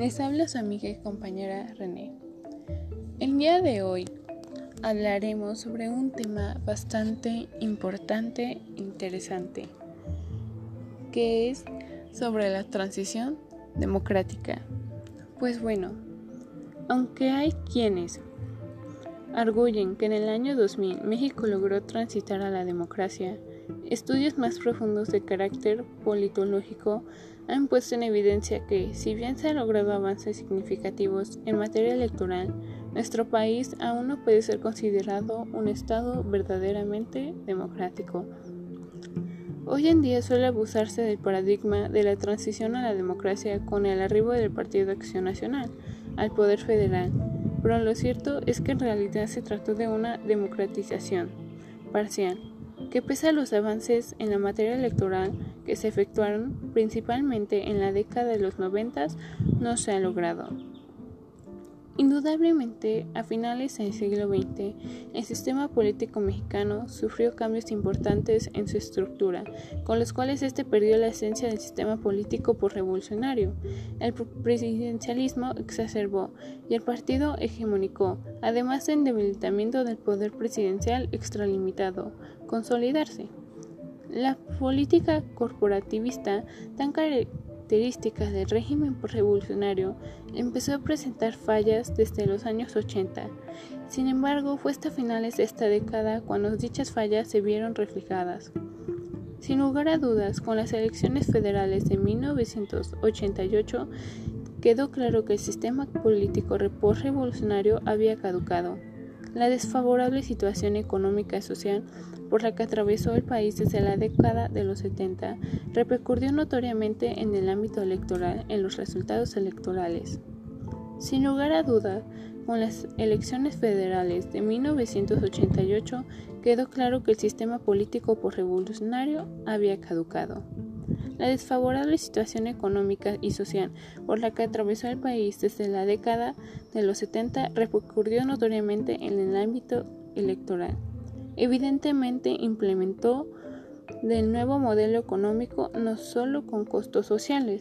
Les habla su amiga y compañera René. El día de hoy hablaremos sobre un tema bastante importante e interesante, que es sobre la transición democrática. Pues bueno, aunque hay quienes arguyen que en el año 2000 México logró transitar a la democracia, estudios más profundos de carácter politológico han puesto en evidencia que, si bien se han logrado avances significativos en materia electoral, nuestro país aún no puede ser considerado un Estado verdaderamente democrático. Hoy en día suele abusarse del paradigma de la transición a la democracia con el arribo del Partido Acción Nacional al poder federal, pero lo cierto es que en realidad se trató de una democratización parcial, que pese a los avances en la materia electoral que se efectuaron principalmente en la década de los 90, no se ha logrado. Indudablemente, a finales del siglo XX, el sistema político mexicano sufrió cambios importantes en su estructura, con los cuales este perdió la esencia del sistema político posrevolucionario. El presidencialismo exacerbó y el partido hegemónico, además del debilitamiento del poder presidencial extralimitado, consolidarse. La política corporativista, tan característica del régimen revolucionario, empezó a presentar fallas desde los años 80. Sin embargo, fue hasta finales de esta década cuando dichas fallas se vieron reflejadas. Sin lugar a dudas, con las elecciones federales de 1988, quedó claro que el sistema político postrevolucionario había caducado. La desfavorable situación económica y social por la que atravesó el país desde la década de los 70 repercutió notoriamente en el ámbito electoral en los resultados electorales. Sin lugar a duda, con las elecciones federales de 1988 quedó claro que el sistema político postrevolucionario había caducado. La desfavorable situación económica y social por la que atravesó el país desde la década de los 70 repercutió notoriamente en el ámbito electoral. Evidentemente implementó del nuevo modelo económico no solo con costos sociales.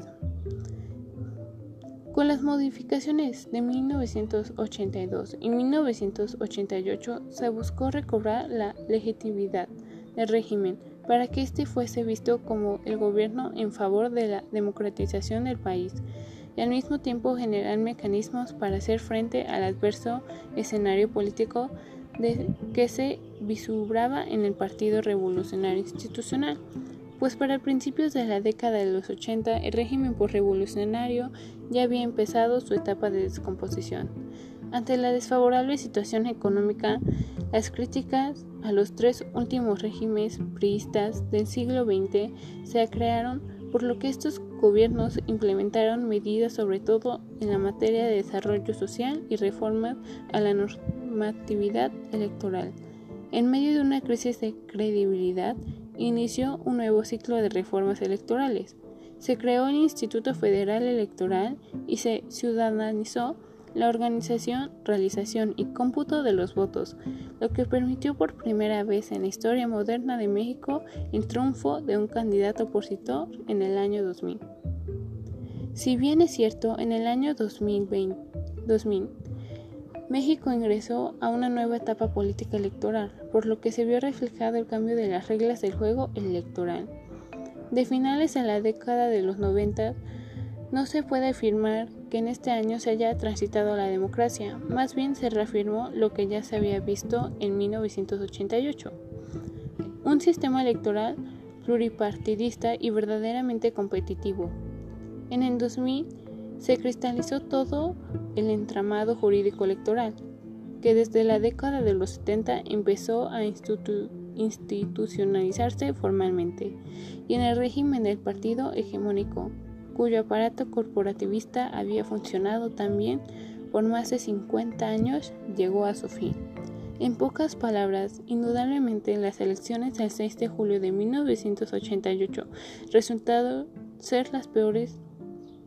Con las modificaciones de 1982 y 1988 se buscó recobrar la legitimidad del régimen para que éste fuese visto como el gobierno en favor de la democratización del país y al mismo tiempo generar mecanismos para hacer frente al adverso escenario político que se vislumbraba en el Partido Revolucionario Institucional, pues para principios de la década de los 80 el régimen postrevolucionario ya había empezado su etapa de descomposición. Ante la desfavorable situación económica, las críticas a los tres últimos regímenes priistas del siglo XX se crearon, por lo que estos gobiernos implementaron medidas sobre todo en la materia de desarrollo social y reformas a la normatividad electoral. En medio de una crisis de credibilidad, inició un nuevo ciclo de reformas electorales. Se creó el Instituto Federal Electoral y se ciudadanizó la organización, realización y cómputo de los votos, lo que permitió por primera vez en la historia moderna de México el triunfo de un candidato opositor en el año 2000. Si bien es cierto, en el año 2000, México ingresó a una nueva etapa política electoral, por lo que se vio reflejado el cambio de las reglas del juego electoral. De finales de la década de los 90, no se puede afirmar que en este año se haya transitado a la democracia, más bien se reafirmó lo que ya se había visto en 1988. Un sistema electoral pluripartidista y verdaderamente competitivo. En el 2000 se cristalizó todo el entramado jurídico electoral, que desde la década de los 70 empezó a institucionalizarse formalmente, y en el régimen del partido hegemónico, cuyo aparato corporativista había funcionado también por más de 50 años, llegó a su fin. En pocas palabras, indudablemente las elecciones del 6 de julio de 1988 resultaron ser las peores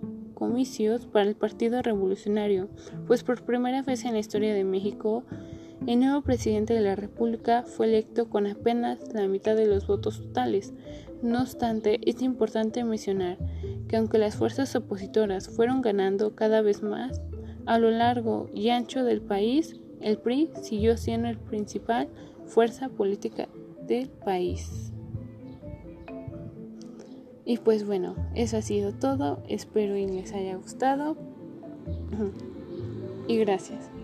comicios para el Partido Revolucionario, pues por primera vez en la historia de México El nuevo presidente de la República fue electo con apenas la mitad de los votos totales. No obstante, es importante mencionar que aunque las fuerzas opositoras fueron ganando cada vez más, a lo largo y ancho del país, el PRI siguió siendo la principal fuerza política del país. Y pues bueno, eso ha sido todo. Espero y les haya gustado. Y gracias.